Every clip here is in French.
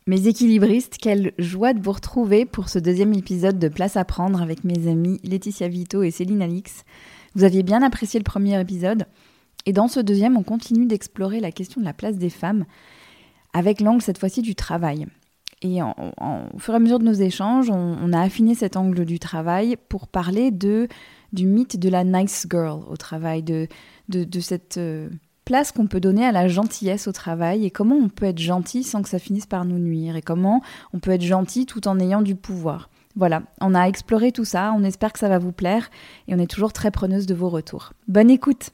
Mes équilibristes, quelle joie de vous retrouver pour ce deuxième épisode de Place à prendre avec mes amis Laetitia Vito et Céline Alix. Vous aviez bien apprécié le premier épisode et dans ce deuxième, on continue d'explorer la question de la place des femmes avec l'angle cette fois-ci du travail. Et au fur et à mesure de nos échanges, on a affiné cet angle du travail pour parler du mythe de la nice girl au travail, de cette place qu'on peut donner à la gentillesse au travail et comment on peut être gentil sans que ça finisse par nous nuire et comment on peut être gentil tout en ayant du pouvoir. Voilà, on a exploré tout ça, on espère que ça va vous plaire et on est toujours très preneuse de vos retours. Bonne écoute!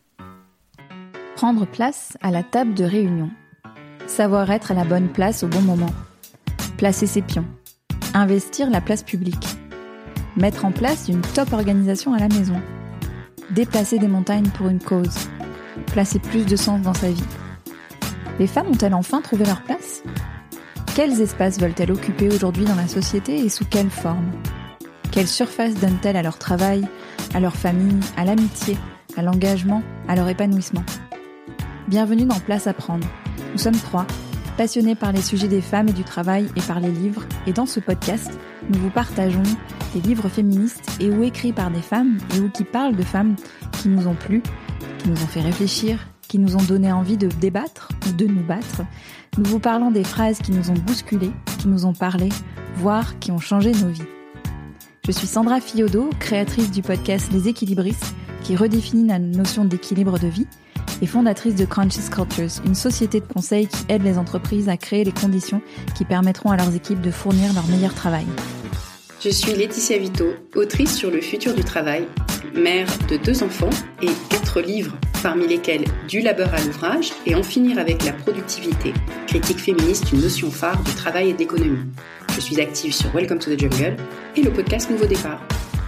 Prendre place à la table de réunion. Savoir être à la bonne place au bon moment. Placer ses pions. Investir la place publique. Mettre en place une top organisation à la maison. Déplacer des montagnes pour une cause. Placer plus de sens dans sa vie. Les femmes ont-elles enfin trouvé leur place ? Quels espaces veulent-elles occuper aujourd'hui dans la société et sous quelle forme ? Quelle surface donnent-elles à leur travail, à leur famille, à l'amitié, à l'engagement, à leur épanouissement ? Bienvenue dans Place à prendre. Nous sommes 3, passionnés par les sujets des femmes et du travail et par les livres. Et dans ce podcast, nous vous partageons des livres féministes et ou écrits par des femmes et ou qui parlent de femmes qui nous ont plu, qui nous ont fait réfléchir, qui nous ont donné envie de débattre ou de nous battre. Nous vous parlons des phrases qui nous ont bousculées, qui nous ont parlé, voire qui ont changé nos vies. Je suis Sandra Fiodo, créatrice du podcast Les Équilibristes, qui redéfinit la notion d'équilibre de vie, et fondatrice de Conscious Cultures, une société de conseil qui aide les entreprises à créer les conditions qui permettront à leurs équipes de fournir leur meilleur travail. Je suis Laetitia Vito, autrice sur le futur du travail, mère de 2 enfants et 4 livres, parmi lesquels Du labeur à l'ouvrage et En finir avec la productivité, critique féministe, une notion phare du travail et de l'économie. Je suis active sur Welcome to the Jungle et le podcast Nouveau Départ.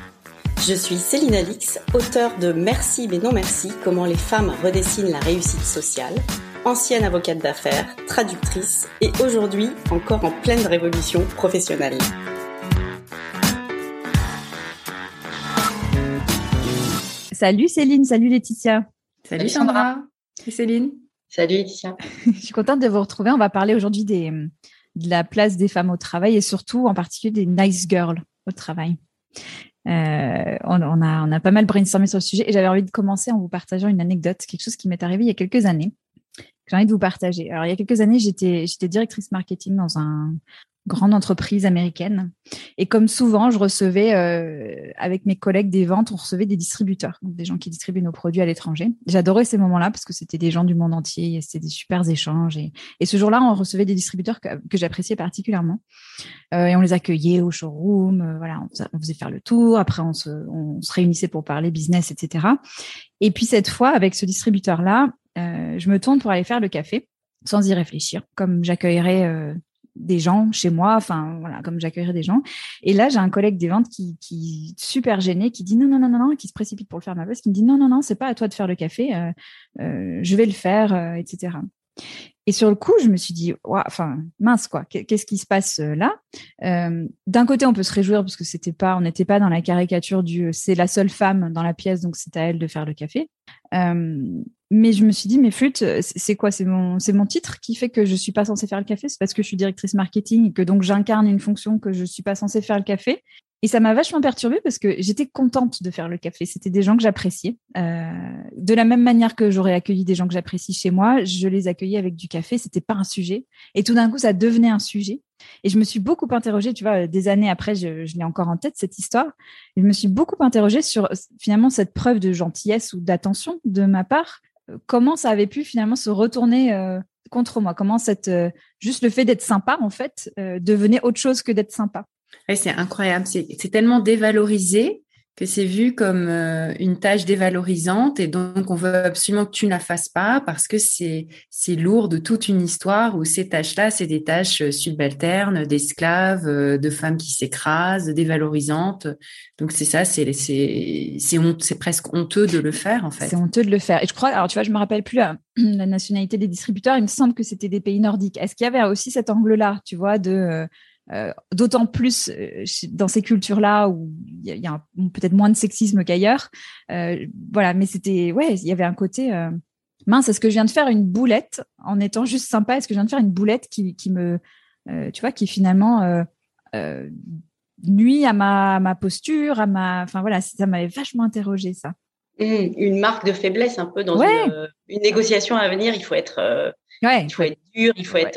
Je suis Céline Alix, auteure de Merci mais non merci, comment les femmes redessinent la réussite sociale, ancienne avocate d'affaires, traductrice et aujourd'hui encore en pleine révolution professionnelle. Salut Céline, salut Laetitia. Salut Sandra et Céline. Salut Laetitia. Je suis contente de vous retrouver. On va parler aujourd'hui de la place des femmes au travail et surtout en particulier des nice girls au travail. On a pas mal brainstormé sur le sujet et j'avais envie de commencer en vous partageant une anecdote, quelque chose qui m'est arrivé il y a quelques années, que j'ai envie de vous partager. Alors, il y a quelques années, j'étais directrice marketing dans une grande entreprise américaine et comme souvent, je recevais, avec mes collègues des ventes, on recevait des distributeurs, donc des gens qui distribuent nos produits à l'étranger. J'adorais ces moments-là parce que c'était des gens du monde entier, c'était des super échanges et ce jour-là, on recevait des distributeurs que j'appréciais particulièrement. Et on les accueillait au showroom, voilà, on faisait faire le tour, après on se réunissait pour parler business, etc. Et puis cette fois, avec ce distributeur-là, je me tourne pour aller faire le café, sans y réfléchir, comme j'accueillerais des gens chez moi, enfin voilà, comme j'accueillerais des gens. Et là, j'ai un collègue des ventes qui super gêné, qui dit non, qui se précipite pour le faire à ma place, qui me dit non, c'est pas à toi de faire le café, je vais le faire, etc. Et sur le coup, je me suis dit, mince quoi, qu'est-ce qui se passe là ? D'un côté, on peut se réjouir parce que on n'était pas dans la caricature c'est la seule femme dans la pièce, donc c'est à elle de faire le café. Mais je me suis dit, mais flûte, c'est quoi ? C'est mon titre qui fait que je suis pas censée faire le café ? C'est parce que je suis directrice marketing et que donc j'incarne une fonction que je suis pas censée faire le café ? Et ça m'a vachement perturbée parce que j'étais contente de faire le café. C'était des gens que j'appréciais. De la même manière que j'aurais accueilli des gens que j'apprécie chez moi, je les accueillais avec du café. C'était pas un sujet. Et tout d'un coup, ça devenait un sujet. Et je me suis beaucoup interrogée, tu vois, des années après, je l'ai encore en tête, cette histoire. Et je me suis beaucoup interrogée sur finalement cette preuve de gentillesse ou d'attention de ma part. Comment ça avait pu finalement se retourner contre moi ? Comment juste le fait d'être sympa, en fait, devenait autre chose que d'être sympa ? Ouais, c'est incroyable, c'est tellement dévalorisé que c'est vu comme une tâche dévalorisante et donc on veut absolument que tu ne la fasses pas parce que c'est lourd de toute une histoire où ces tâches-là, c'est des tâches subalternes, d'esclaves, de femmes qui s'écrasent, dévalorisantes. Donc c'est ça, c'est presque honteux de le faire en fait. C'est honteux de le faire. Et je crois, alors tu vois, je me rappelle plus la nationalité des distributeurs, il me semble que c'était des pays nordiques. Est-ce qu'il y avait aussi cet angle-là, tu vois, d'autant plus dans ces cultures-là où il y a peut-être moins de sexisme qu'ailleurs. Voilà, mais il y avait un côté mince, est-ce que je viens de faire une boulette en étant juste sympa ? Est-ce que je viens de faire une boulette qui me tu vois, qui finalement nuit à ma posture, enfin voilà, ça m'avait vachement interrogé ça. Une marque de faiblesse un peu dans une négociation à venir. Il faut être, il faut être dur, il faut être,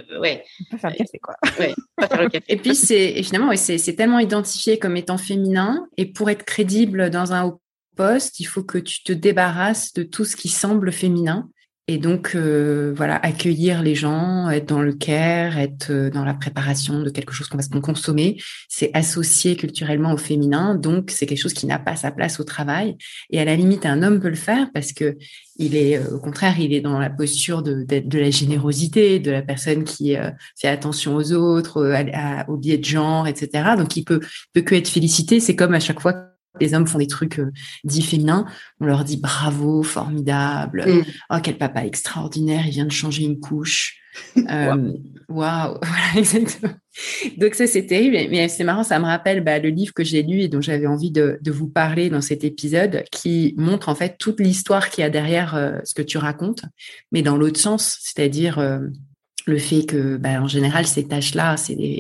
pas faire le café quoi. Pas faire le café. Et puis finalement, c'est tellement identifié comme étant féminin, et pour être crédible dans un haut poste, il faut que tu te débarrasses de tout ce qui semble féminin. Et donc, voilà, accueillir les gens, être dans le care, être dans la préparation de quelque chose qu'on va consommer, c'est associé culturellement au féminin. Donc, c'est quelque chose qui n'a pas sa place au travail. Et à la limite, un homme peut le faire parce que il est, au contraire, il est dans la posture de la générosité, de la personne qui fait attention aux autres, au biais de genre, etc. Donc, il peut que être félicité. C'est comme à chaque fois les hommes font des trucs dits féminins, on leur dit bravo, formidable, oh quel papa extraordinaire, il vient de changer une couche. Waouh, voilà, exactement. Donc ça c'est terrible, mais c'est marrant, ça me rappelle le livre que j'ai lu et dont j'avais envie de vous parler dans cet épisode, qui montre en fait toute l'histoire qu'il y a derrière ce que tu racontes, mais dans l'autre sens, c'est-à-dire le fait que en général ces tâches-là,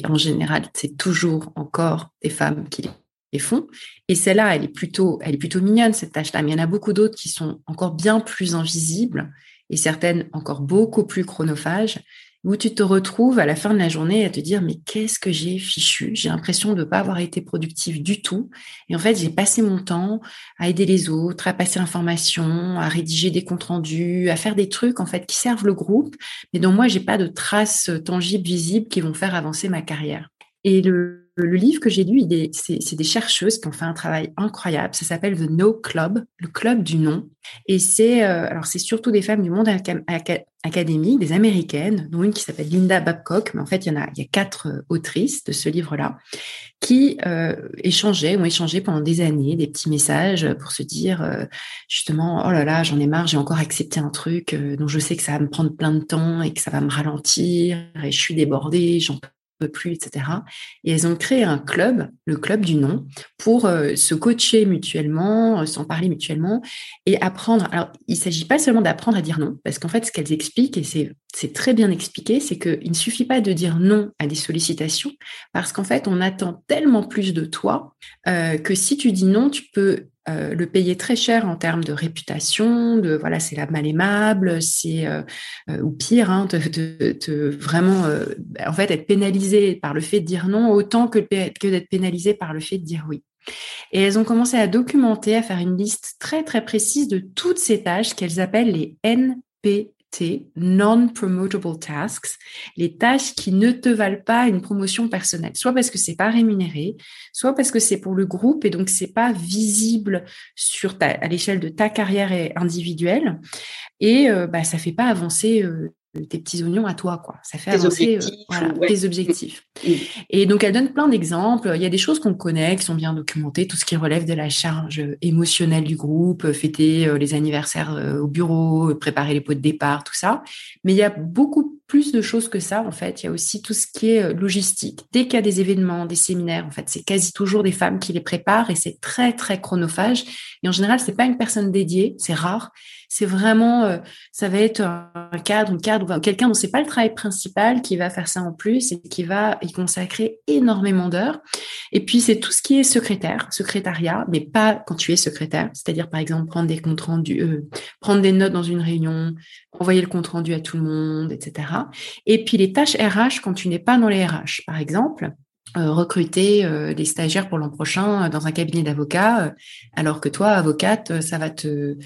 c'est toujours encore des femmes qui les font. Et celle-là, elle est plutôt mignonne, cette tâche-là. Mais il y en a beaucoup d'autres qui sont encore bien plus invisibles et certaines encore beaucoup plus chronophages, où tu te retrouves à la fin de la journée à te dire mais qu'est-ce que j'ai fichu ? J'ai l'impression de ne pas avoir été productive du tout. Et en fait, j'ai passé mon temps à aider les autres, à passer l'information, à rédiger des comptes rendus, à faire des trucs en fait qui servent le groupe, mais dont moi, j'ai pas de traces tangibles, visibles qui vont faire avancer ma carrière. Et le livre que j'ai lu, c'est des chercheuses qui ont fait un travail incroyable. Ça s'appelle The No Club, le club du non. Et c'est surtout des femmes du monde académique, des américaines, dont une qui s'appelle Linda Babcock. Mais en fait, il y a 4 autrices de ce livre-là qui ont échangé pendant des années des petits messages pour se dire justement, oh là là, j'en ai marre, j'ai encore accepté un truc dont je sais que ça va me prendre plein de temps et que ça va me ralentir et je suis débordée, j'en peux plus, etc. Et elles ont créé un club, le club du non, pour se coacher mutuellement, s'en parler mutuellement et apprendre. Alors, il ne s'agit pas seulement d'apprendre à dire non, parce qu'en fait, ce qu'elles expliquent, et c'est très bien expliqué, c'est qu'il ne suffit pas de dire non à des sollicitations, parce qu'en fait, on attend tellement plus de toi que si tu dis non, tu peux le payer très cher en termes de réputation, c'est la mal aimable, c'est ou pire, vraiment en fait être pénalisé par le fait de dire non autant que d'être pénalisé par le fait de dire oui. Et elles ont commencé à documenter, à faire une liste très très précise de toutes ces tâches qu'elles appellent les NPT, non-promotable tasks, les tâches qui ne te valent pas une promotion personnelle, soit parce que c'est pas rémunéré, soit parce que c'est pour le groupe et donc c'est pas visible à l'échelle de ta carrière individuelle et ça fait pas avancer tes petits oignons à toi, quoi. Ça fait avancer tes objectifs. Et donc, elle donne plein d'exemples. Il y a des choses qu'on connaît, qui sont bien documentées, tout ce qui relève de la charge émotionnelle du groupe, fêter les anniversaires au bureau, préparer les pots de départ, tout ça. Mais il y a beaucoup plus de choses que ça, en fait. Il y a aussi tout ce qui est logistique. Dès qu'il y a des événements, des séminaires, en fait, c'est quasi toujours des femmes qui les préparent et c'est très, très chronophage. Et en général, c'est pas une personne dédiée, c'est rare. C'est vraiment, ça va être un cadre, ou quelqu'un dont c'est pas le travail principal qui va faire ça en plus et qui va y consacrer énormément d'heures. Et puis, c'est tout ce qui est secrétariat, mais pas quand tu es secrétaire. C'est-à-dire, par exemple, prendre des comptes rendus, prendre des notes dans une réunion, envoyer le compte rendu à tout le monde, etc. Et puis, les tâches RH quand tu n'es pas dans les RH. Par exemple, recruter des stagiaires pour l'an prochain dans un cabinet d'avocats, alors que toi, avocate, ça va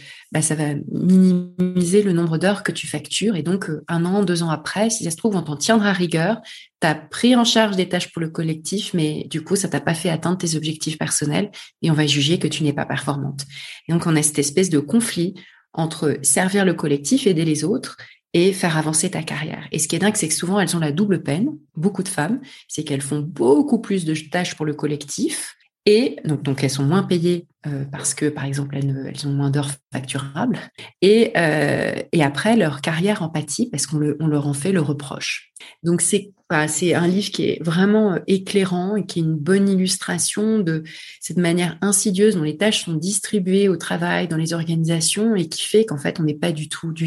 minimiser le nombre d'heures que tu factures. Et donc, 1 an, 2 ans après, si ça se trouve, on t'en tiendra rigueur. Tu as pris en charge des tâches pour le collectif, mais du coup, ça t'a pas fait atteindre tes objectifs personnels et on va juger que tu n'es pas performante. Et donc, on a cette espèce de conflit entre servir le collectif, aider les autres, et faire avancer ta carrière. Et ce qui est dingue, c'est que souvent, elles ont la double peine, beaucoup de femmes, c'est qu'elles font beaucoup plus de tâches pour le collectif Et donc elles sont moins payées parce que, par exemple, elles ont moins d'heures facturables. Et après, leur carrière en pâtit parce qu'on leur en fait le reproche. Donc, c'est un livre qui est vraiment éclairant et qui est une bonne illustration de cette manière insidieuse dont les tâches sont distribuées au travail, dans les organisations, et qui fait qu'en fait, on n'est pas du tout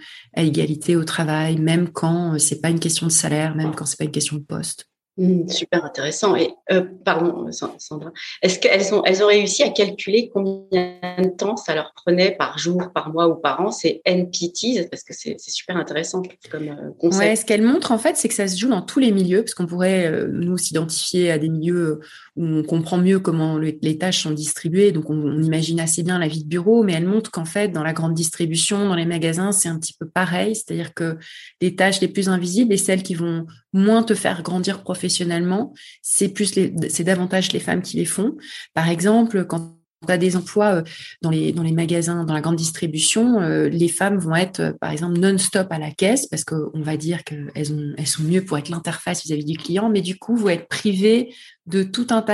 à égalité au travail, même quand c'est pas une question de salaire, même quand c'est pas une question de poste. Super intéressant. Et pardon, Sandra, est-ce qu'elles ont réussi à calculer combien de temps ça leur prenait par jour, par mois ou par an? C'est NPTs, parce que c'est super intéressant comme concept. Ouais, ce qu'elle montre en fait, c'est que ça se joue dans tous les milieux, parce qu'on pourrait nous s'identifier à des milieux où on comprend mieux comment les tâches sont distribuées, donc on imagine assez bien la vie de bureau, mais elle montre qu'en fait, dans la grande distribution, dans les magasins, c'est un petit peu pareil, c'est-à-dire que les tâches les plus invisibles et celles qui vont moins te faire grandir professionnellement, c'est davantage les femmes qui les font. Par exemple, quand tu as des emplois dans les magasins, dans la grande distribution, les femmes vont être, par exemple, non-stop à la caisse parce qu'on va dire qu'elles sont mieux pour être l'interface vis-à-vis du client, mais du coup, vont être privées de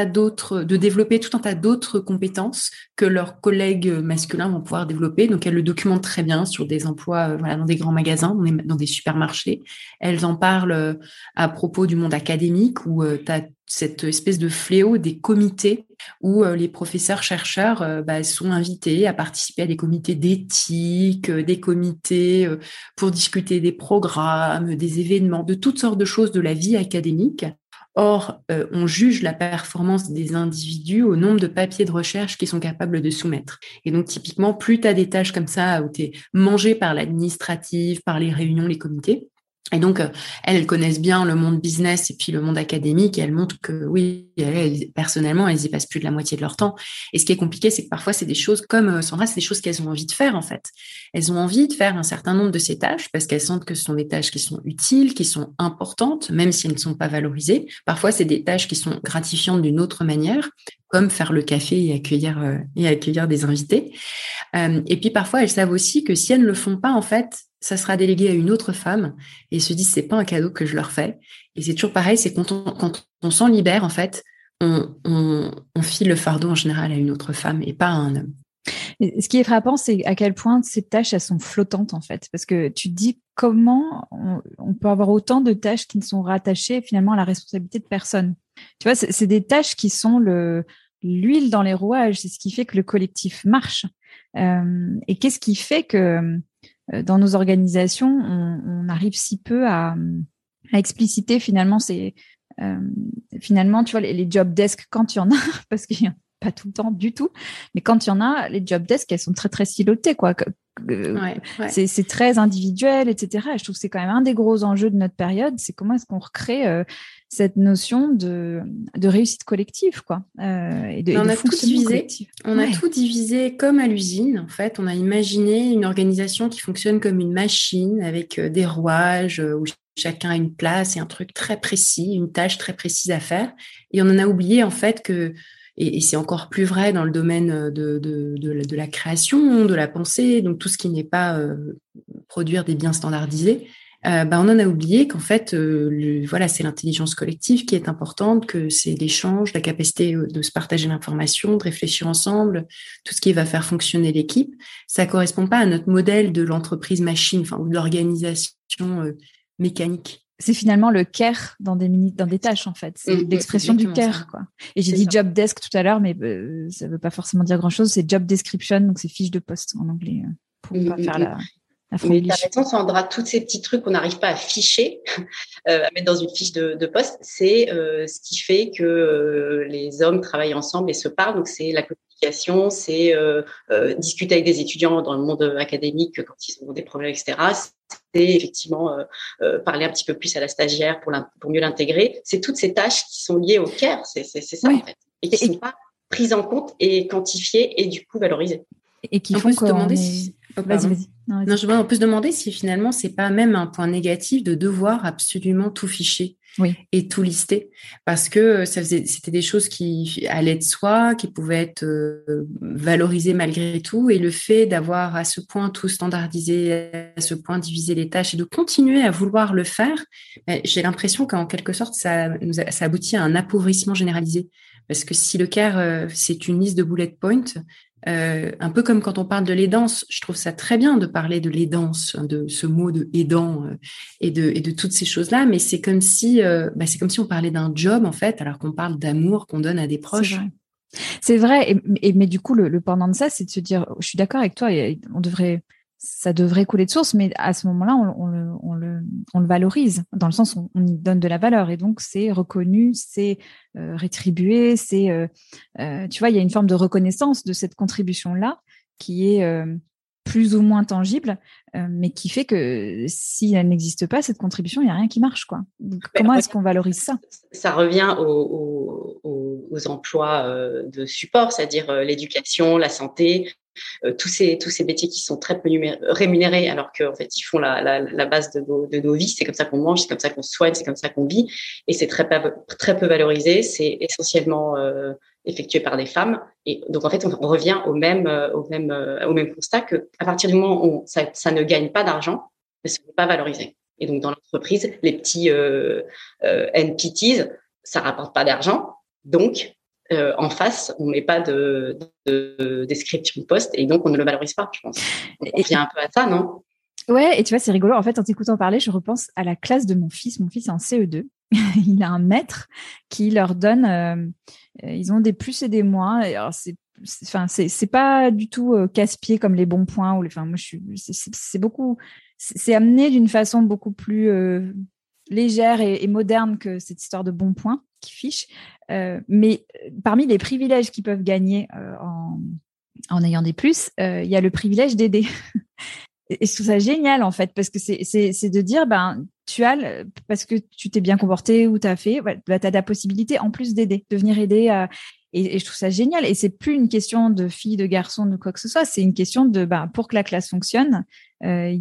développer tout un tas d'autres compétences que leurs collègues masculins vont pouvoir développer. Donc, elles le documentent très bien sur des emplois, dans des grands magasins, dans des supermarchés. Elles en parlent à propos du monde académique où tu as cette espèce de fléau des comités où les professeurs-chercheurs sont invités à participer à des comités d'éthique, des comités pour discuter des programmes, des événements, de toutes sortes de choses de la vie académique. Or, on juge la performance des individus au nombre de papiers de recherche qu'ils sont capables de soumettre. Et donc, typiquement, plus tu as des tâches comme ça où tu es mangé par l'administrative, par les réunions, les comités. Et donc, elles connaissent bien le monde business et puis le monde académique et elles montrent que oui, personnellement, elles y passent plus de la moitié de leur temps. Et ce qui est compliqué, c'est que parfois, c'est des choses comme Sandra, c'est des choses qu'elles ont envie de faire en fait. Elles ont envie de faire un certain nombre de ces tâches parce qu'elles sentent que ce sont des tâches qui sont utiles, qui sont importantes, même si elles ne sont pas valorisées. Parfois, c'est des tâches qui sont gratifiantes d'une autre manière, comme faire le café et accueillir des invités. Et puis parfois, elles savent aussi que si elles ne le font pas, en fait, ça sera délégué à une autre femme et ils se disent c'est pas un cadeau que je leur fais. Et c'est toujours pareil, c'est quand on s'en libère, en fait, on file le fardeau en général à une autre femme et pas à un homme. Et ce qui est frappant, c'est à quel point ces tâches, elles sont flottantes, en fait. Parce que tu te dis comment on peut avoir autant de tâches qui ne sont rattachées finalement à la responsabilité de personne. Tu vois, c'est des tâches qui sont l'huile dans les rouages. C'est ce qui fait que le collectif marche. Et qu'est-ce qui fait que dans nos organisations, on arrive si peu à expliciter finalement finalement, tu vois, les job desks quand il y en a, parce qu'il y a pas tout le temps du tout, mais quand il y en a, les job desks, elles sont très, très silotées, quoi. Ouais. C'est très individuel, etc. Et je trouve que c'est quand même un des gros enjeux de notre période, c'est comment est-ce qu'on recrée cette notion de réussite collective, quoi. Et de fonctionnement collectif. On a tout divisé comme à l'usine, en fait. On a imaginé une organisation qui fonctionne comme une machine avec des rouages où chacun a une place et un truc très précis, une tâche très précise à faire. Et on en a oublié, en fait, et c'est encore plus vrai dans le domaine de la création, de la pensée, donc tout ce qui n'est pas produire des biens standardisés, on en a oublié qu'en fait, c'est l'intelligence collective qui est importante, que c'est l'échange, la capacité de se partager l'information, de réfléchir ensemble, tout ce qui va faire fonctionner l'équipe. Ça correspond pas à notre modèle de l'entreprise machine, ou de l'organisation mécanique. C'est finalement le care dans des tâches, en fait. C'est l'expression du care, quoi. Et j'ai dit job desk tout à l'heure, mais ça veut pas forcément dire grand-chose. C'est job description, donc c'est fiche de poste en anglais, pour pas faire la mais tu as raison, Sandra, tous ces petits trucs qu'on n'arrive pas à ficher, à mettre dans une fiche de poste, c'est ce qui fait que les hommes travaillent ensemble et se parlent. Donc, c'est la communication, c'est discuter avec des étudiants dans le monde académique quand ils ont des problèmes, etc. C'est effectivement parler un petit peu plus à la stagiaire pour mieux l'intégrer. C'est toutes ces tâches qui sont liées au care, c'est ça, en fait, et qui ne sont pas prises en compte et quantifiées et du coup valorisées. Et qui font qu'on Oh, Vas-y, pardon. vas-y. Non, Non, vas-y. on peut se demander si finalement, c'est pas même un point négatif de devoir absolument tout ficher Oui, et tout lister, parce que c'était des choses qui allaient de soi, qui pouvaient être valorisées malgré tout, et le fait d'avoir à ce point tout standardisé, à ce point divisé les tâches et de continuer à vouloir le faire, j'ai l'impression qu'en quelque sorte, ça aboutit à un appauvrissement généralisé. Parce que si le CARE, c'est une liste de bullet points, un peu comme quand on parle de l'aidance, je trouve ça très bien de parler de l'aidance, hein, de ce mot de aidant et de toutes ces choses-là, mais c'est comme si on parlait d'un job en fait, alors qu'on parle d'amour qu'on donne à des c'est proches. vrai. C'est vrai, mais du coup, le pendant de ça, c'est de se dire, je suis d'accord avec toi, ça devrait couler de source, mais à ce moment-là, on le valorise, dans le sens où on y donne de la valeur, et donc c'est reconnu, c'est rétribué, tu vois, il y a une forme de reconnaissance de cette contribution-là qui est plus ou moins tangible, mais qui fait que si elle n'existe pas, cette contribution, il n'y a rien qui marche, quoi. Donc, comment est-ce qu'on valorise ça? Ça revient aux emplois de support, c'est-à-dire l'éducation, la santé, tous ces métiers qui sont très peu rémunérés, alors qu'en fait, ils font la base de nos vies. C'est comme ça qu'on mange, c'est comme ça qu'on se soigne, c'est comme ça qu'on vit. Et c'est très peu valorisé. C'est essentiellement effectué par des femmes. Et donc, en fait, on revient au même constat qu'à partir du moment où ça ne gagne pas d'argent, ce n'est pas valorisé. Et donc, dans l'entreprise, les petits NPTs, ça rapporte pas d'argent. Donc, en face, on met pas de description de poste et donc on ne le valorise pas, je pense. Donc, on revient un peu à ça, non? Ouais, et tu vois, c'est rigolo. En fait, en t'écoutant parler, je repense à la classe de mon fils. Mon fils est en CE2. Il a un maître qui leur donne, ils ont des plus et des moins. Et alors, c'est pas du tout casse-pied comme les bons points ou enfin, moi, c'est beaucoup, c'est amené d'une façon beaucoup plus légère et moderne que cette histoire de bons points qui fiche. Mais parmi les privilèges qu'ils peuvent gagner en ayant des plus, il y a le privilège d'aider. Et je trouve ça génial, en fait, parce que c'est de dire, ben, parce que tu t'es bien comporté ou t'as fait, bah, t'as la possibilité, en plus d'aider, de venir aider. Et je trouve ça génial. Et c'est plus une question de fille, de garçon, de quoi que ce soit. C'est une question de, ben, pour que la classe fonctionne, il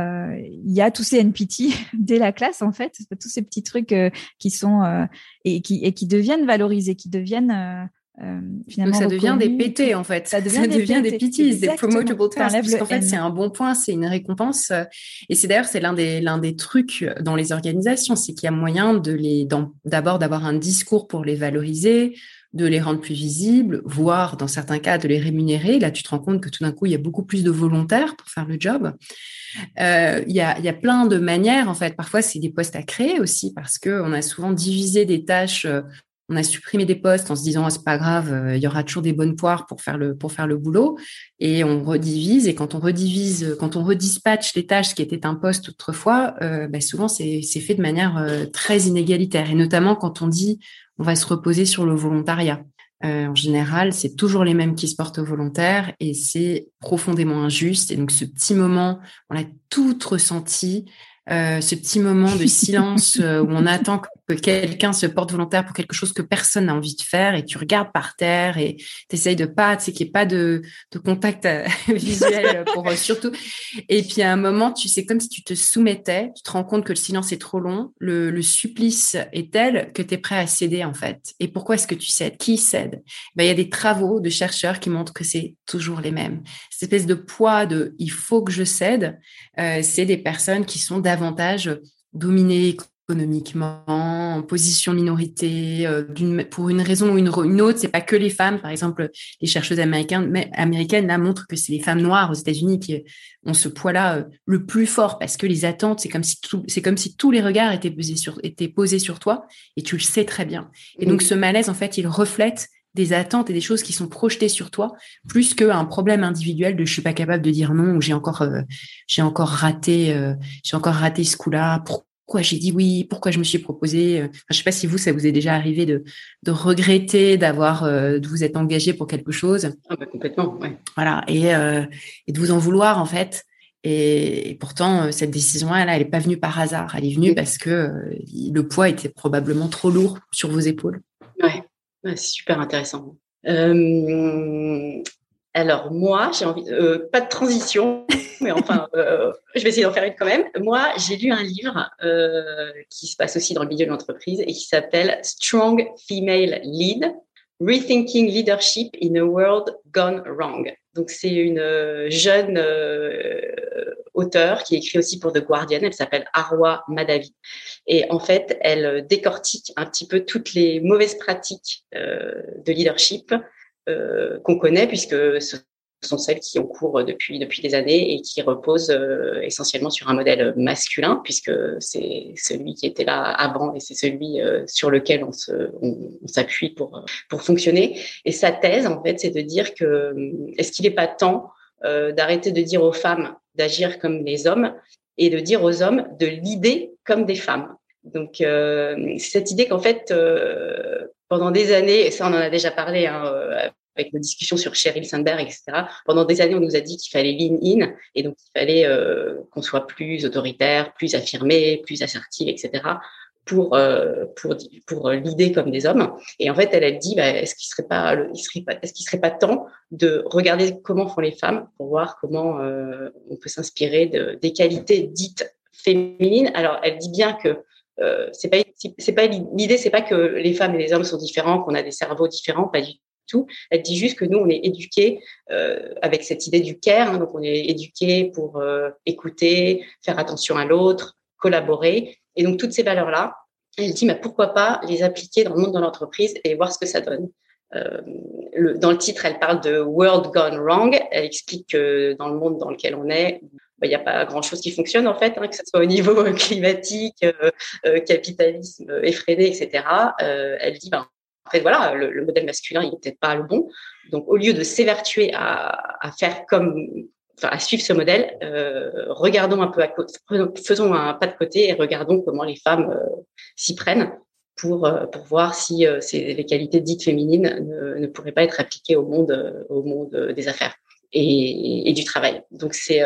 y a tous ces NPT dès la classe, en fait, tous ces petits trucs qui sont et qui deviennent valorisés, qui deviennent Donc, finalement ça devient des reconnus. PT, en fait. Ça devient des des PT. PTs, des Exactement. promotable tasks, T'enlèves puisqu'en le fait, c'est N. un bon point, c'est une récompense. Et c'est l'un des trucs dans les organisations, c'est qu'il y a moyen d'abord d'avoir un discours pour les valoriser, de les rendre plus visibles, voire, dans certains cas, de les rémunérer. Là, tu te rends compte que tout d'un coup, il y a beaucoup plus de volontaires pour faire le job. Il y a plein de manières, en fait. Parfois, c'est des postes à créer aussi, parce qu'on a souvent divisé des tâches. On a supprimé des postes en se disant, c'est pas grave, il y aura toujours des bonnes poires pour faire le boulot. Et on redivise. Et quand on redispatche les tâches qui étaient un poste autrefois, souvent c'est fait de manière très inégalitaire. Et notamment quand on dit, on va se reposer sur le volontariat. En général, c'est toujours les mêmes qui se portent volontaires et c'est profondément injuste. Et donc, ce petit moment, on l'a tout ressenti, ce petit moment de silence où on attend que quelqu'un se porte volontaire pour quelque chose que personne n'a envie de faire et tu regardes par terre et tu essayes de pas, tu sais, qu'il n'y ait pas de contact visuel pour surtout. Et puis, à un moment, c'est comme si tu te soumettais, tu te rends compte que le silence est trop long, le supplice est tel que tu es prêt à céder, en fait. Et pourquoi est-ce que tu cèdes? Qui cède? Il y a des travaux de chercheurs qui montrent que c'est toujours les mêmes. Cette espèce de poids de « il faut que je cède », c'est des personnes qui sont davantage dominées économiquement, en position minorité, pour une raison ou une autre. C'est pas que les femmes. Par exemple, les chercheuses américaines là montrent que c'est les femmes noires aux États-Unis qui ont ce poids-là le plus fort parce que les attentes, c'est comme si tous les regards étaient posés sur toi et tu le sais très bien. Et donc ce malaise, en fait, il reflète des attentes et des choses qui sont projetées sur toi, plus qu'un problème individuel de je suis pas capable de dire non ou j'ai encore raté ce coup-là. Pourquoi j'ai dit oui? Pourquoi je me suis proposé? Je sais pas si ça vous est déjà arrivé de regretter de vous être engagé pour quelque chose. Ah bah complètement, ouais. Voilà, et de vous en vouloir en fait. Et pourtant, cette décision-là, elle est pas venue par hasard. Elle est venue parce que le poids était probablement trop lourd sur vos épaules. Ouais, c'est super intéressant. Alors moi, j'ai envie, pas de transition, mais enfin, je vais essayer d'en faire une quand même. Moi, j'ai lu un livre qui se passe aussi dans le milieu de l'entreprise et qui s'appelle Strong Female Lead, Rethinking Leadership in a World Gone Wrong. Donc c'est une jeune auteure qui écrit aussi pour The Guardian. Elle s'appelle Arwa Madhavi et en fait, elle décortique un petit peu toutes les mauvaises pratiques de leadership qu'on connaît, puisque ce sont celles qui ont cours depuis des années et qui reposent essentiellement sur un modèle masculin, puisque c'est celui qui était là avant et c'est celui sur lequel on s'appuie pour fonctionner. Et sa thèse, en fait, c'est de dire que est-ce qu'il n'est pas temps d'arrêter de dire aux femmes d'agir comme les hommes et de dire aux hommes de leader comme des femmes. Donc, cette idée qu'en fait, pendant des années, et ça on en a déjà parlé avec nos discussions sur Sheryl Sandberg, etc. Pendant des années, on nous a dit qu'il fallait lean in et donc il fallait qu'on soit plus autoritaire, plus affirmé, plus assertif, etc. pour leader comme des hommes. Et en fait, elle dit, est-ce qu'il serait pas temps de regarder comment font les femmes pour voir comment on peut s'inspirer des qualités dites féminines. Alors, elle dit bien que l'idée, c'est pas que les femmes et les hommes sont différents, qu'on a des cerveaux différents, pas du tout. Elle dit juste que nous, on est éduqués avec cette idée du care, hein, donc on est éduqués pour écouter, faire attention à l'autre, collaborer. Et donc toutes ces valeurs-là, elle dit pourquoi pas les appliquer dans le monde de l'entreprise et voir ce que ça donne. Dans le titre, elle parle de World Gone Wrong. Elle explique que dans le monde dans lequel on est, il n'y a pas grand-chose qui fonctionne en fait, hein, que ce soit au niveau climatique, capitalisme effréné, etc. Elle dit, en fait, voilà, le modèle masculin, il n'est peut-être pas le bon. Donc, au lieu de s'évertuer à faire à suivre ce modèle, regardons un peu à côté, faisons un pas de côté et regardons comment les femmes s'y prennent pour voir si les qualités dites féminines ne pourraient pas être appliquées au monde des affaires et du travail. Donc c'est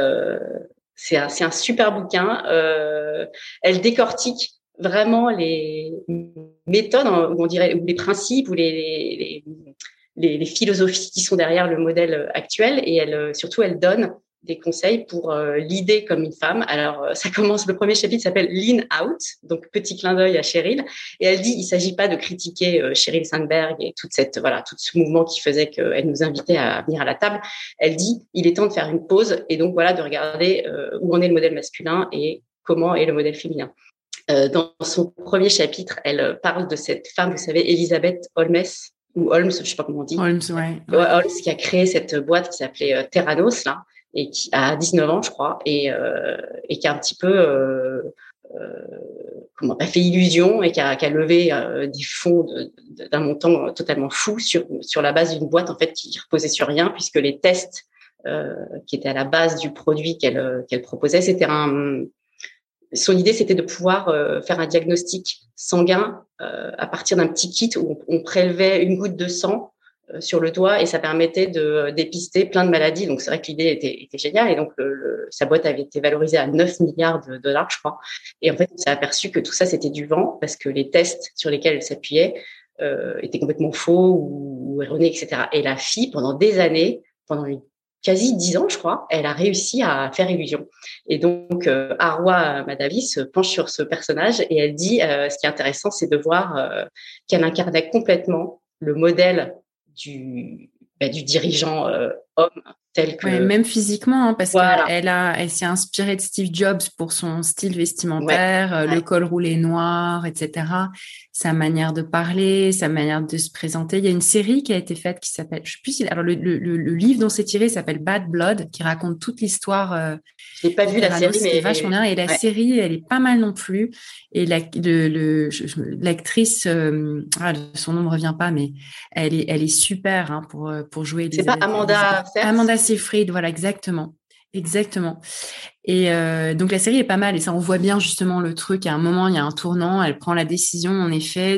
un super bouquin. Elle décortique vraiment les méthodes, ou on dirait, ou les principes, ou les philosophies qui sont derrière le modèle actuel. Et surtout, elle donne des conseils pour leader comme une femme. Alors, ça commence, le premier chapitre s'appelle Lean Out, donc petit clin d'œil à Sheryl. Et elle dit, il s'agit pas de critiquer Sheryl Sandberg et tout ce mouvement qui faisait qu'elle nous invitait à venir à la table. Elle dit, il est temps de faire une pause et donc voilà, de regarder où en est le modèle masculin et comment est le modèle féminin. Dans son premier chapitre, elle parle de cette femme, vous savez, Elisabeth Holmes, ou Holmes, je sais pas comment on dit. Holmes, ouais. Holmes, qui a créé cette boîte qui s'appelait Theranos, là, et qui a 19 ans, je crois, et qui a un petit peu fait illusion et qui a levé des fonds d'un montant totalement fou sur la base d'une boîte en fait qui reposait sur rien, puisque les tests qui étaient à la base du produit qu'elle proposait, son idée, c'était de pouvoir faire un diagnostic sanguin à partir d'un petit kit où on prélevait une goutte de sang sur le doigt et ça permettait de dépister plein de maladies. Donc, c'est vrai que l'idée était géniale. Et donc, sa boîte avait été valorisée à 9 milliards de dollars, je crois. Et en fait, on s'est aperçu que tout ça, c'était du vent parce que les tests sur lesquels elle s'appuyait étaient complètement faux ou erronés, etc. Et la fille, pendant des années, quasi 10 ans, je crois, elle a réussi à faire illusion. Et donc, Arwa Madhavi se penche sur ce personnage et elle dit, ce qui est intéressant, c'est de voir qu'elle incarnait complètement le modèle du dirigeant homme tel que... Ouais, même physiquement, hein, parce voilà. Elle s'est inspirée de Steve Jobs pour son style vestimentaire, le col roulé noir, etc. Sa manière de parler, sa manière de se présenter. Il y a une série qui a été faite qui s'appelle, je sais plus si, alors le livre dont c'est tiré s'appelle Bad Blood, qui raconte toute l'histoire. Je n'ai pas vu la série, mais vachement bien. Et la série, elle est pas mal non plus. Et l'actrice, son nom me revient pas, mais elle est super hein, pour jouer. C'est pas Amanda Seyfried, voilà, exactement. Et donc la série est pas mal et ça on voit bien justement le truc. À un moment, il y a un tournant. Elle prend la décision en effet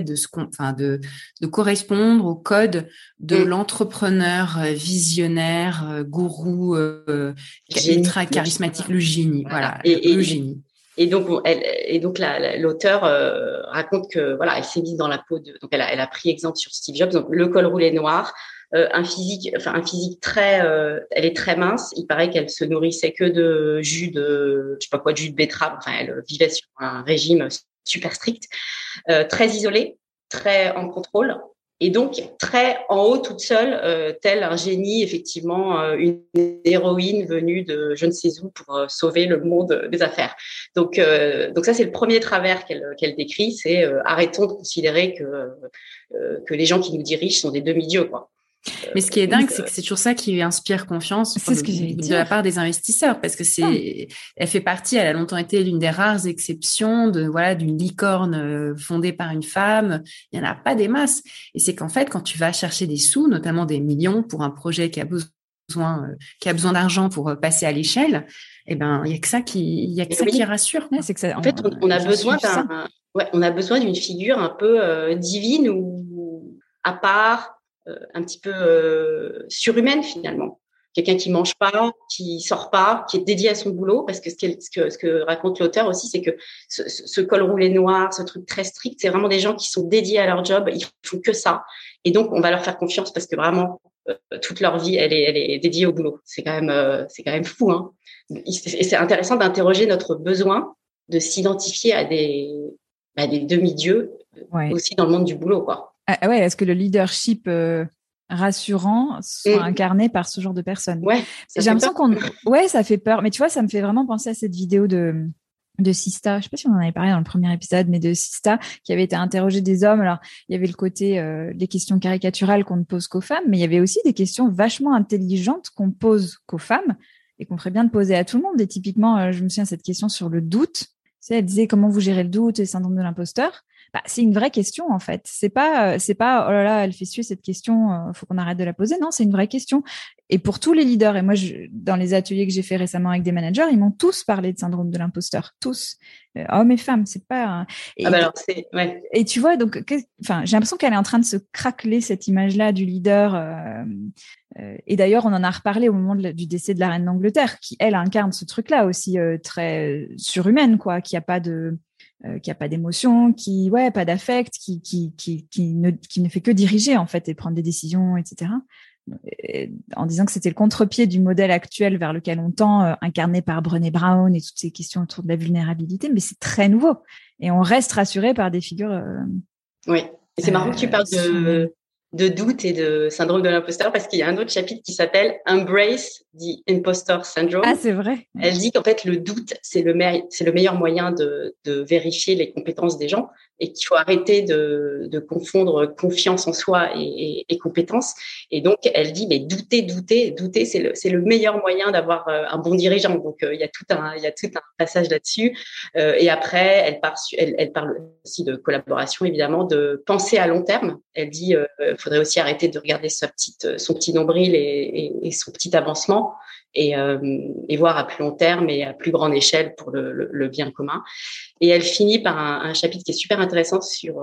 de correspondre au code de l'entrepreneur visionnaire, gourou, ultra charismatique, le génie. Voilà, le génie. Et donc, l'auteur raconte que voilà, elle s'est mise dans la peau de. Donc, elle a pris exemple sur Steve Jobs. Donc, le col roulé noir. un physique très, elle est très mince. Il paraît qu'elle se nourrissait que de jus de, je sais pas quoi, de jus de betterave. Enfin, elle vivait sur un régime super strict, très isolée, très en contrôle. Et donc, très en haut, toute seule, tel un génie, effectivement, une héroïne venue de je ne sais où pour sauver le monde des affaires. Donc ça, c'est le premier travers qu'elle décrit, c'est arrêtons de considérer que les gens qui nous dirigent sont des demi-dieux, quoi. Mais ce qui est dingue, c'est que c'est toujours ça qui inspire confiance de la part des investisseurs, parce que elle fait partie, elle a longtemps été l'une des rares exceptions d'une licorne fondée par une femme. Il n'y en a pas des masses. Et c'est qu'en fait, quand tu vas chercher des sous, notamment des millions pour un projet qui a besoin d'argent pour passer à l'échelle, il y a que ça qui rassure. Ouais, c'est que ça, en fait, on a besoin d'une figure un peu divine ou à part, un petit peu surhumaine finalement. Quelqu'un qui mange pas, qui sort pas, qui est dédié à son boulot, parce que ce que raconte l'auteur aussi, c'est que ce col roulé noir, ce truc très strict, c'est vraiment des gens qui sont dédiés à leur job, ils font que ça. Et donc, on va leur faire confiance parce que vraiment, toute leur vie, elle est dédiée au boulot. C'est quand même fou, hein. Et c'est intéressant d'interroger notre besoin de s'identifier à des demi-dieux aussi dans le monde du boulot, quoi. Ah ouais, est-ce que le leadership rassurant soit incarné par ce genre de personnes? Ouais, j'ai l'impression ça fait peur. Mais tu vois, ça me fait vraiment penser à cette vidéo de Sista. Je sais pas si on en avait parlé dans le premier épisode, mais de Sista qui avait été interrogé des hommes. Alors, il y avait le côté des questions caricaturales qu'on ne pose qu'aux femmes, mais il y avait aussi des questions vachement intelligentes qu'on pose qu'aux femmes et qu'on ferait bien de poser à tout le monde. Et typiquement, je me souviens de cette question sur le doute. Tu sais, elle disait comment vous gérez le doute et le syndrome de l'imposteur. C'est une vraie question en fait. C'est pas oh là là, elle fait suer cette question, faut qu'on arrête de la poser. Non, c'est une vraie question. Et pour tous les leaders, et moi dans les ateliers que j'ai fait récemment avec des managers, ils m'ont tous parlé de syndrome de l'imposteur, tous, hommes et femmes. C'est pas. Et tu vois, donc, j'ai l'impression qu'elle est en train de se craqueler cette image-là du leader. Et d'ailleurs, on en a reparlé au moment du décès de la reine d'Angleterre, qui elle incarne ce truc-là aussi très surhumaine, quoi, qui a pas d'émotion, pas d'affect, qui ne fait que diriger en fait et prendre des décisions, etc. En disant que c'était le contre-pied du modèle actuel vers lequel on tend, incarné par Brené Brown et toutes ces questions autour de la vulnérabilité, mais c'est très nouveau et on reste rassuré par des figures. Oui, et c'est marrant que tu parles de doute et de syndrome de l'imposteur parce qu'il y a un autre chapitre qui s'appelle Embrace the Imposter Syndrome. Ah, c'est vrai. Elle dit qu'en fait, le doute, c'est le meilleur moyen de vérifier les compétences des gens et qu'il faut arrêter de confondre confiance en soi et compétences. Et donc, elle dit, mais douter, c'est le meilleur moyen d'avoir un bon dirigeant. Donc, il y a tout un passage là-dessus. Et après, elle parle aussi de collaboration, évidemment, de penser à long terme. Elle dit, faudrait aussi arrêter de regarder son petit nombril et son petit avancement et voir à plus long terme et à plus grande échelle pour le bien commun. Et elle finit par un chapitre qui est super intéressant sur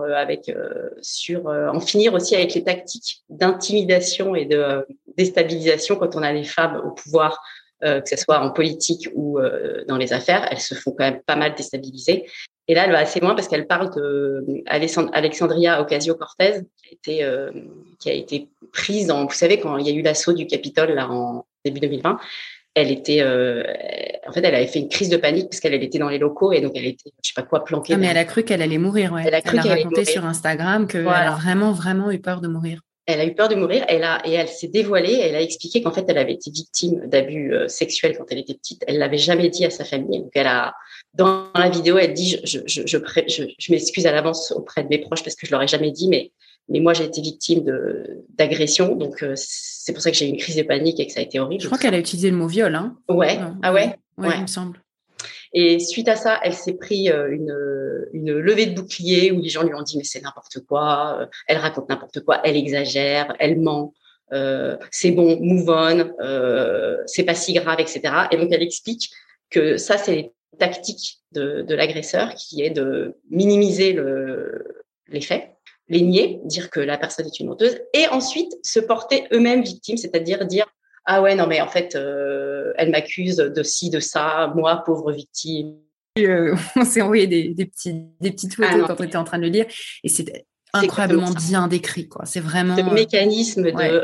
en finir aussi avec les tactiques d'intimidation et de déstabilisation quand on a les femmes au pouvoir, que ce soit en politique ou dans les affaires. Elles se font quand même pas mal déstabiliser. Et là, elle va assez loin parce qu'elle parle de Alexandria Ocasio-Cortez qui a été prise vous savez, quand il y a eu l'assaut du Capitole là en début 2020, elle était, en fait, elle avait fait une crise de panique parce qu'elle était dans les locaux et donc elle était, je sais pas quoi, planquée. Ah, mais elle a cru qu'elle allait mourir, ouais. Elle a raconté sur Instagram qu'elle a vraiment, vraiment eu peur de mourir. Elle a eu peur de mourir. Et elle s'est dévoilée. Elle a expliqué qu'en fait, elle avait été victime d'abus sexuels quand elle était petite. Elle l'avait jamais dit à sa famille. Donc, dans la vidéo, elle dit, je m'excuse à l'avance auprès de mes proches parce que je leur ai jamais dit, mais moi, j'ai été victime d'agression. Donc, c'est pour ça que j'ai eu une crise de panique et que ça a été horrible. Je crois qu'elle a utilisé le mot viol, hein. Ouais. Non. Ah ouais? Ouais, il me semble. Et suite à ça, elle s'est pris une levée de bouclier où les gens lui ont dit mais c'est n'importe quoi, elle raconte n'importe quoi, elle exagère, elle ment, c'est bon, move on, c'est pas si grave, etc. Et donc elle explique que ça c'est les tactiques de l'agresseur qui est de minimiser les faits, les nier, dire que la personne est une menteuse et ensuite se porter eux-mêmes victimes, c'est-à-dire dire ah ouais, non, mais en fait, elle m'accuse de ci, de ça, moi, pauvre victime. On s'est envoyé des petites photos quand on était en train de le lire. Et incroyablement bien décrit, quoi. C'est vraiment ce mécanisme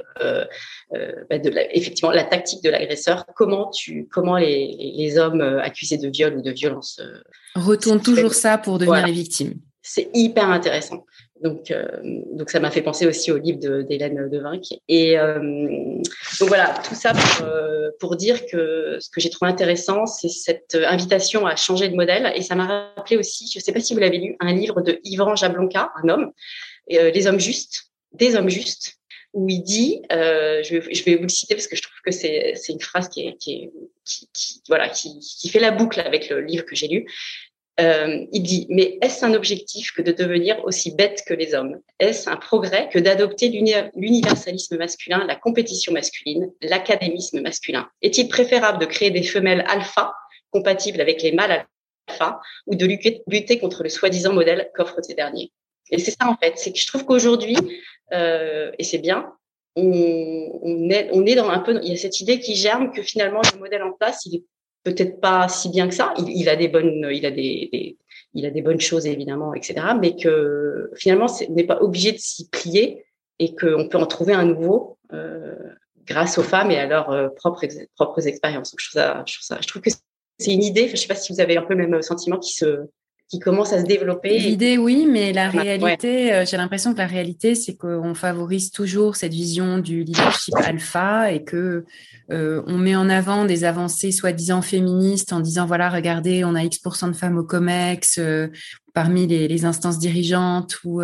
effectivement, la tactique de l'agresseur. Comment les hommes accusés de viol ou de violence retournent toujours ça pour devenir les victimes. C'est hyper intéressant. Donc ça m'a fait penser aussi au livre d'Hélène Devinck. Et donc voilà, tout ça pour dire que ce que j'ai trouvé intéressant, c'est cette invitation à changer de modèle. Et ça m'a rappelé aussi, je ne sais pas si vous l'avez lu, un livre de Yvan Jablonka, un homme, des hommes justes, où il dit, je vais vous le citer parce que je trouve que c'est une phrase qui fait la boucle avec le livre que j'ai lu. Il dit, mais est-ce un objectif que de devenir aussi bête que les hommes? Est-ce un progrès que d'adopter l'universalisme masculin, la compétition masculine, l'académisme masculin? Est-il préférable de créer des femelles alpha compatibles avec les mâles alpha ou de lutter contre le soi-disant modèle qu'offrent ces derniers? Et c'est ça en fait, c'est que je trouve qu'aujourd'hui, et c'est bien, on est dans un peu, il y a cette idée qui germe que finalement le modèle en place, il est peut-être pas si bien que ça. Il a des bonnes choses évidemment, etc. Mais que finalement, on n'est pas obligé de s'y plier et qu'on peut en trouver un nouveau grâce aux femmes et à leurs propres expériences. Donc, je trouve que c'est une idée. Je sais pas si vous avez un peu le même sentiment qui commence à se développer. L'idée, oui, mais la réalité, j'ai l'impression que la réalité, c'est qu'on favorise toujours cette vision du leadership alpha et que on met en avant des avancées soi-disant féministes en disant, voilà, regardez, on a X% de femmes au COMEX, parmi les instances dirigeantes ou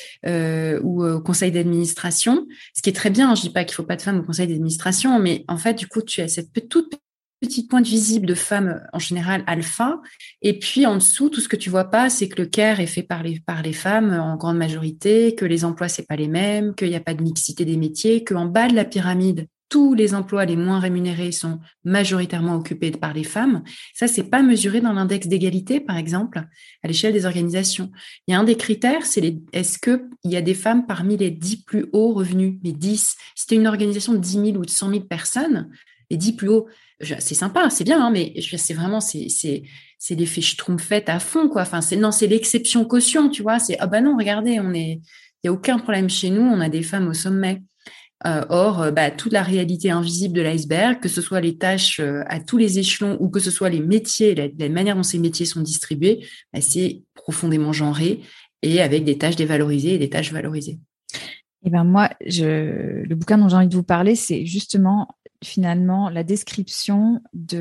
au conseil d'administration, ce qui est très bien. Je dis pas qu'il faut pas de femmes au conseil d'administration, mais en fait, du coup, tu as cette toute petite pointe visible de femmes en général alpha, et puis en dessous, tout ce que tu vois pas, c'est que le care est fait par les femmes en grande majorité, que les emplois c'est pas les mêmes, qu'il n'y a pas de mixité des métiers, qu'en bas de la pyramide, tous les emplois les moins rémunérés sont majoritairement occupés par les femmes. Ça, c'est pas mesuré dans l'index d'égalité, par exemple, à l'échelle des organisations. Il y a un des critères, c'est est-ce que il y a des femmes parmi les 10 plus hauts revenus, les 10. Si tu es une organisation de 10 000 ou de 100 000 personnes, les 10 plus hauts, c'est sympa, c'est bien, hein, mais c'est vraiment, c'est l'effet schtroumpfette à fond, quoi. Enfin, c'est l'exception caution, tu vois. C'est, ah bah non, regardez, il y a aucun problème chez nous, on a des femmes au sommet. Or, toute la réalité invisible de l'iceberg, que ce soit les tâches à tous les échelons ou que ce soit les métiers, la manière dont ces métiers sont distribués, c'est profondément genré et avec des tâches dévalorisées et des tâches valorisées. Et ben moi, le bouquin dont j'ai envie de vous parler, c'est justement finalement la description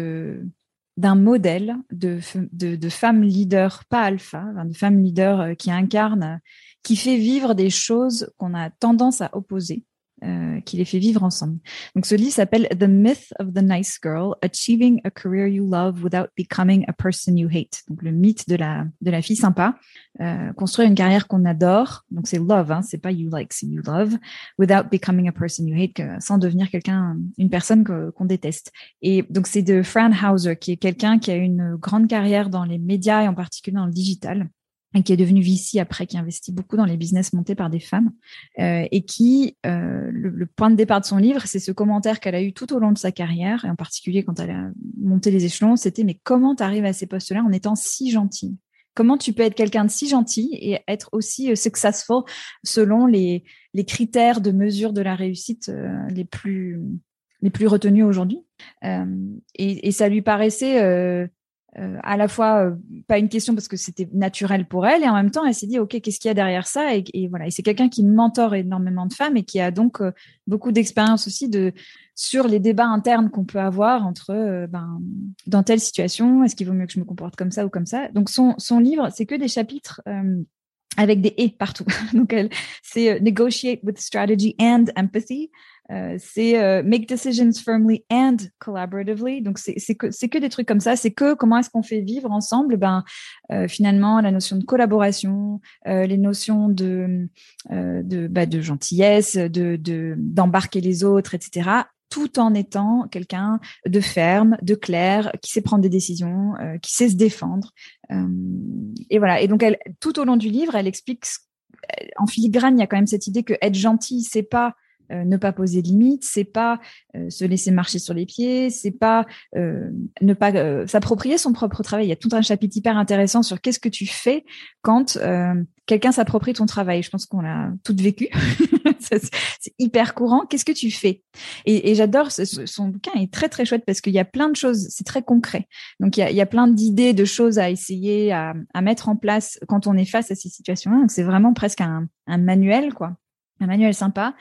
d'un modèle de femmes leaders, pas alpha, de femmes leaders qui incarnent, qui fait vivre des choses qu'on a tendance à opposer, qui les fait vivre ensemble. Donc ce livre s'appelle The Myth of the Nice Girl, Achieving a Career You Love Without Becoming a Person You Hate. Donc le mythe de la fille sympa, construire une carrière qu'on adore. Donc c'est love, hein, c'est pas you like, c'est you love, without becoming a person you hate, sans devenir une personne qu'on déteste. Et donc c'est de Fran Hauser, qui est quelqu'un qui a une grande carrière dans les médias et en particulier dans le digital, et qui est devenu VC après, qui investit beaucoup dans les business montés par des femmes, et qui, le point de départ de son livre, c'est ce commentaire qu'elle a eu tout au long de sa carrière, et en particulier quand elle a monté les échelons, c'était « Mais comment tu arrives à ces postes-là en étant si gentille ? Comment tu peux être quelqu'un de si gentil et être aussi successful selon les critères de mesure de la réussite les plus retenus aujourd'hui ?» Et ça lui paraissait... à la fois pas une question parce que c'était naturel pour elle, et en même temps elle s'est dit ok, qu'est-ce qu'il y a derrière ça, et voilà. Et c'est quelqu'un qui mentore énormément de femmes et qui a donc beaucoup d'expérience aussi sur les débats internes qu'on peut avoir entre dans telle situation, est-ce qu'il vaut mieux que je me comporte comme ça ou comme ça. Donc son livre, c'est que des chapitres avec des et partout. Donc c'est Negotiate with Strategy and Empathy. C'est make decisions firmly and collaboratively. Donc c'est que des trucs comme ça. C'est que comment est-ce qu'on fait vivre ensemble finalement la notion de collaboration, les notions de gentillesse, d'embarquer les autres, etc. Tout en étant quelqu'un de ferme, de clair, qui sait prendre des décisions, qui sait se défendre. Et voilà. Et donc tout au long du livre, elle explique en filigrane, il y a quand même cette idée que être gentil, c'est pas ne pas poser de limites, c'est pas se laisser marcher sur les pieds, c'est pas ne pas s'approprier son propre travail. Il y a tout un chapitre hyper intéressant sur qu'est-ce que tu fais quand quelqu'un s'approprie ton travail. Je pense qu'on l'a toutes vécu. C'est hyper courant. Qu'est-ce que tu fais? Et j'adore, son bouquin est très, très chouette parce qu'il y a plein de choses, c'est très concret. Donc, il y a plein d'idées, de choses à essayer, à mettre en place quand on est face à ces situations-là. Donc, c'est vraiment presque un manuel, quoi. Un manuel sympa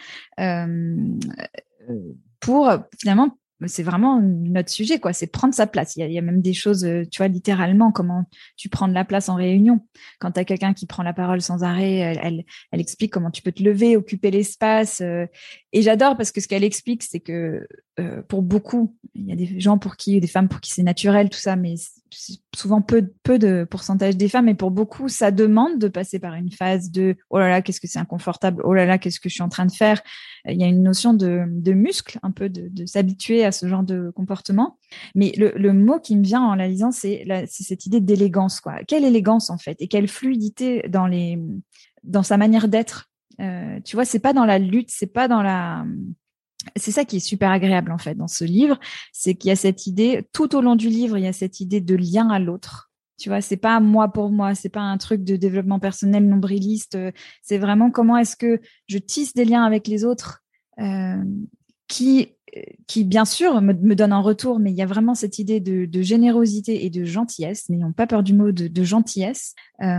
pour finalement, c'est vraiment notre sujet, quoi. C'est prendre sa place. Il y a même des choses, tu vois, littéralement, comment tu prends de la place en réunion. Quand tu as quelqu'un qui prend la parole sans arrêt, elle explique comment tu peux te lever, occuper l'espace. Et j'adore parce que ce qu'elle explique, c'est que pour beaucoup, il y a des gens pour qui, des femmes pour qui c'est naturel, tout ça, mais c'est souvent peu de pourcentage des femmes. Et pour beaucoup, ça demande de passer par une phase de « oh là là, qu'est-ce que c'est inconfortable, oh là là, qu'est-ce que je suis en train de faire ». Il y a une notion de muscle, un peu de s'habituer à ce genre de comportement. Mais le mot qui me vient en la lisant, c'est cette idée d'élégance, quoi. Quelle élégance, en fait, et quelle fluidité dans sa manière d'être. Tu vois, c'est pas dans la lutte, c'est pas dans la... C'est ça qui est super agréable, en fait, dans ce livre, c'est qu'il y a cette idée, tout au long du livre, il y a cette idée de lien à l'autre. Tu vois, c'est pas moi pour moi, c'est pas un truc de développement personnel nombriliste, c'est vraiment comment est-ce que je tisse des liens avec les autres qui bien sûr me donnent un retour, mais il y a vraiment cette idée de générosité et de gentillesse, n'ayons pas peur du mot de gentillesse,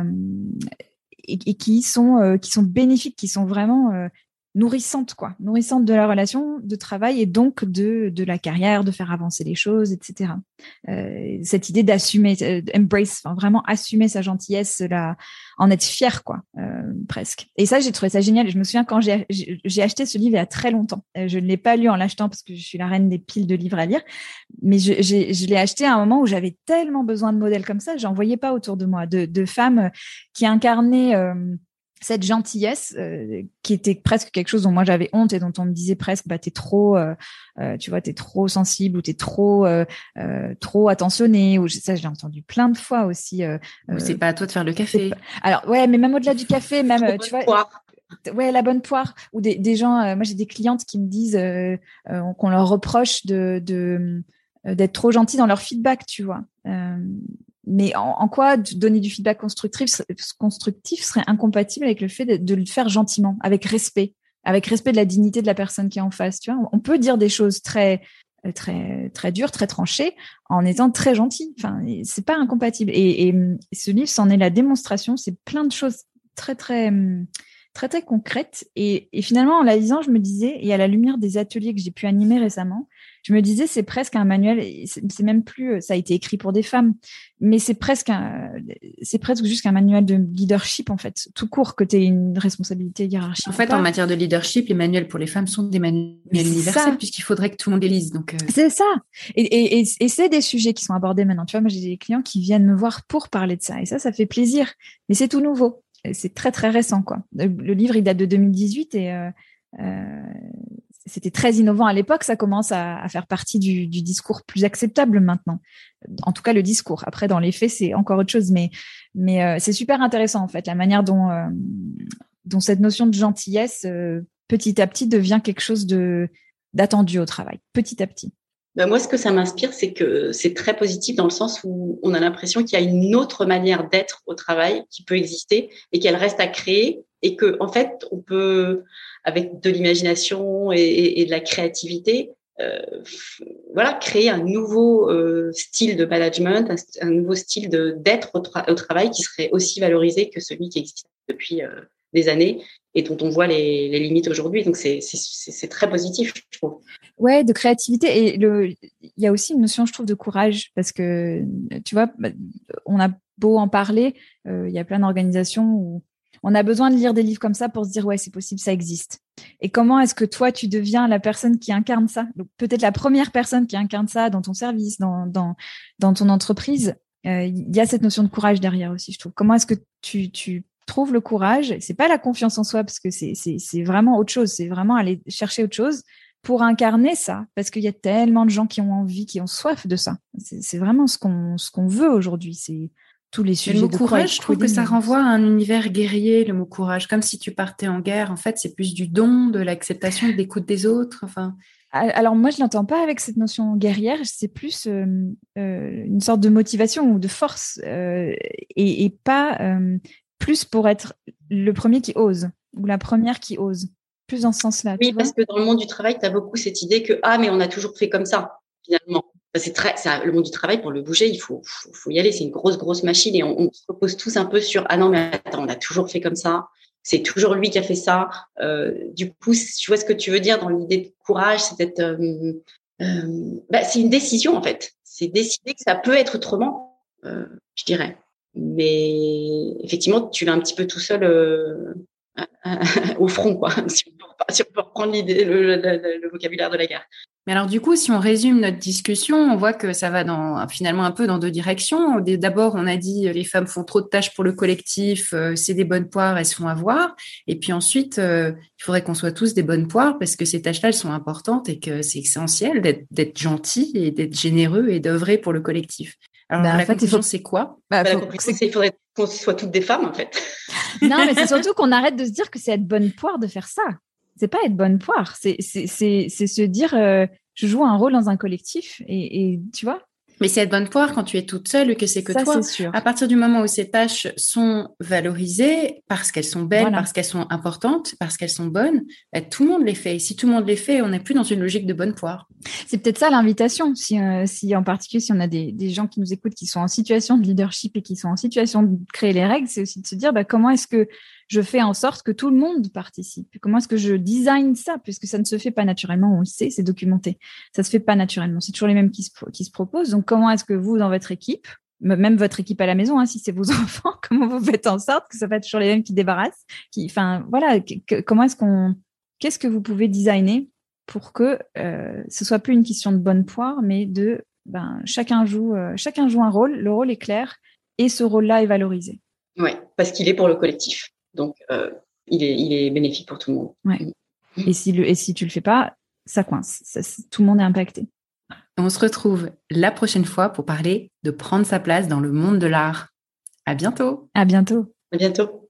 et qui sont bénéfiques, qui sont vraiment nourrissantes de la relation de travail et donc de la carrière, de faire avancer les choses, etc. Cette idée d'assumer, embrace, enfin, vraiment assumer sa gentillesse, en être fier, quoi, presque. Et ça, j'ai trouvé ça génial. Je me souviens quand j'ai acheté ce livre il y a très longtemps. Je ne l'ai pas lu en l'achetant parce que je suis la reine des piles de livres à lire, mais je l'ai acheté à un moment où j'avais tellement besoin de modèles comme ça, j'en voyais pas autour de moi, de femmes qui incarnaient cette gentillesse qui était presque quelque chose dont moi j'avais honte et dont on me disait presque t'es trop tu vois, t'es trop sensible ou t'es trop attentionné, ou ça je l'ai entendu plein de fois aussi. Ou c'est pas à toi de faire le café. Alors ouais, mais même au-delà du café, même tu vois. Poire. Ouais, la bonne poire. Ou des gens, moi j'ai des clientes qui me disent qu'on leur reproche d'être trop gentil dans leur feedback, tu vois. Mais en quoi donner du feedback constructif serait incompatible avec le fait de le faire gentiment, avec respect de la dignité de la personne qui est en face, tu vois. On peut dire des choses très très très dures, très tranchées, en étant très gentil. Enfin, c'est pas incompatible. Et ce livre, c'en est la démonstration. C'est plein de choses très très très très concrètes. Et finalement, en la lisant, je me disais, et à la lumière des ateliers que j'ai pu animer récemment, je me disais, c'est presque un manuel, c'est même plus, ça a été écrit pour des femmes, mais c'est presque juste un manuel de leadership, en fait, tout court, que tu aies une responsabilité hiérarchique. En fait, en matière de leadership, les manuels pour les femmes sont des manuels universels, puisqu'il faudrait que tout le monde les lise. Donc, c'est ça. Et c'est des sujets qui sont abordés maintenant. Tu vois, moi, j'ai des clients qui viennent me voir pour parler de ça. Et ça fait plaisir. Mais c'est tout nouveau. C'est très, très récent, quoi. Le livre, il date de 2018 et c'était très innovant à l'époque. Ça commence à faire partie du discours plus acceptable maintenant. En tout cas, le discours. Après, dans les faits, c'est encore autre chose. Mais c'est super intéressant, en fait, la manière dont cette notion de gentillesse, petit à petit, devient quelque chose d'attendu au travail. Petit à petit. Ben moi, ce que ça m'inspire, c'est que c'est très positif dans le sens où on a l'impression qu'il y a une autre manière d'être au travail qui peut exister et qu'elle reste à créer et que, en fait, on peut, avec de l'imagination et de la créativité, créer un nouveau style de management, un nouveau style d'être au travail qui serait aussi valorisé que celui qui existe depuis des années et dont on voit les limites aujourd'hui. Donc, c'est très positif, je trouve. Ouais, de créativité. Et il y a aussi une notion, je trouve, de courage, parce que, tu vois, on a beau en parler, il y a plein d'organisations où on a besoin de lire des livres comme ça pour se dire, ouais, c'est possible, ça existe. Et comment est-ce que toi, tu deviens la personne qui incarne ça? Donc, peut-être la première personne qui incarne ça dans ton service, dans ton entreprise. Il y a cette notion de courage derrière aussi, je trouve. Comment est-ce que tu trouves le courage? C'est pas la confiance en soi, parce que c'est vraiment autre chose. C'est vraiment aller chercher autre chose pour incarner ça, parce qu'il y a tellement de gens qui ont envie, qui ont soif de ça. C'est vraiment ce qu'on veut aujourd'hui. tous les Et sujets le mot de courage, je trouve que ça crowdfunding. renvoie à un univers guerrier, le mot courage, comme si tu partais en guerre. En fait, c'est plus du don, de l'acceptation, de l'écoute des autres. Enfin, Alors moi, je l'entends pas avec cette notion guerrière, c'est plus une sorte de motivation ou de force et pas plus pour être le premier qui ose ou la première qui ose, plus dans ce sens-là, Oui, tu vois. parce que dans le monde du travail, tu as beaucoup cette idée que mais on a toujours fait comme ça, finalement. Le monde du travail, pour le bouger, il faut y aller. C'est une grosse machine et on se repose tous un peu sur non, mais attends, on a toujours fait comme ça. C'est toujours lui qui a fait ça. Du coup, tu vois ce que tu veux dire dans l'idée de courage, c'est d'être. C'est une décision en fait. C'est décider que ça peut être autrement, je dirais. Mais effectivement, tu vas un petit peu tout seul au front, quoi. Si on peut reprendre l'idée, le vocabulaire de la guerre. mais alors du coup, si on résume notre discussion, on voit que ça va finalement un peu dans deux directions. D'abord, on a dit les femmes font trop de tâches pour le collectif, c'est des bonnes poires, elles se font avoir. Et puis ensuite, il faudrait qu'on soit tous des bonnes poires parce que ces tâches-là, elles sont importantes et que c'est essentiel d'être gentil et d'être généreux et d'œuvrer pour le collectif. Alors En la fait, conclusion, c'est quoi? la conclusion, il faudrait qu'on soit toutes des femmes, en fait. Non, mais c'est surtout qu'on arrête de se dire que c'est être bonne poire de faire ça. C'est pas être bonne poire, c'est se dire je joue un rôle dans un collectif et tu vois. Mais c'est être bonne poire quand tu es toute seule et que c'est que ça, toi. C'est sûr. À partir du moment où ces tâches sont valorisées parce qu'elles sont belles, parce qu'elles sont importantes, parce qu'elles sont bonnes, tout le monde les fait. Et si tout le monde les fait, on n'est plus dans une logique de bonne poire. C'est peut-être ça l'invitation. Si en particulier, si on a des gens qui nous écoutent, qui sont en situation de leadership et qui sont en situation de créer les règles, c'est aussi de se dire comment est-ce que je fais en sorte que tout le monde participe? Comment est-ce que je design ça? Puisque ça ne se fait pas naturellement, on le sait, c'est documenté. Ça se fait pas naturellement. C'est toujours les mêmes qui se proposent. Donc, comment est-ce que vous, dans votre équipe, même votre équipe à la maison, si c'est vos enfants, comment vous faites en sorte que ça soit toujours les mêmes qui débarrassent? Comment qu'est-ce que vous pouvez designer pour que ce soit plus une question de bonne poire, mais de chacun joue un rôle, le rôle est clair et ce rôle-là est valorisé. Oui, parce qu'il est pour le collectif. Donc, il est bénéfique pour tout le monde. Ouais. Et si tu le fais pas, ça coince. Tout le monde est impacté. On se retrouve la prochaine fois pour parler de prendre sa place dans le monde de l'art. À bientôt. À bientôt. À bientôt.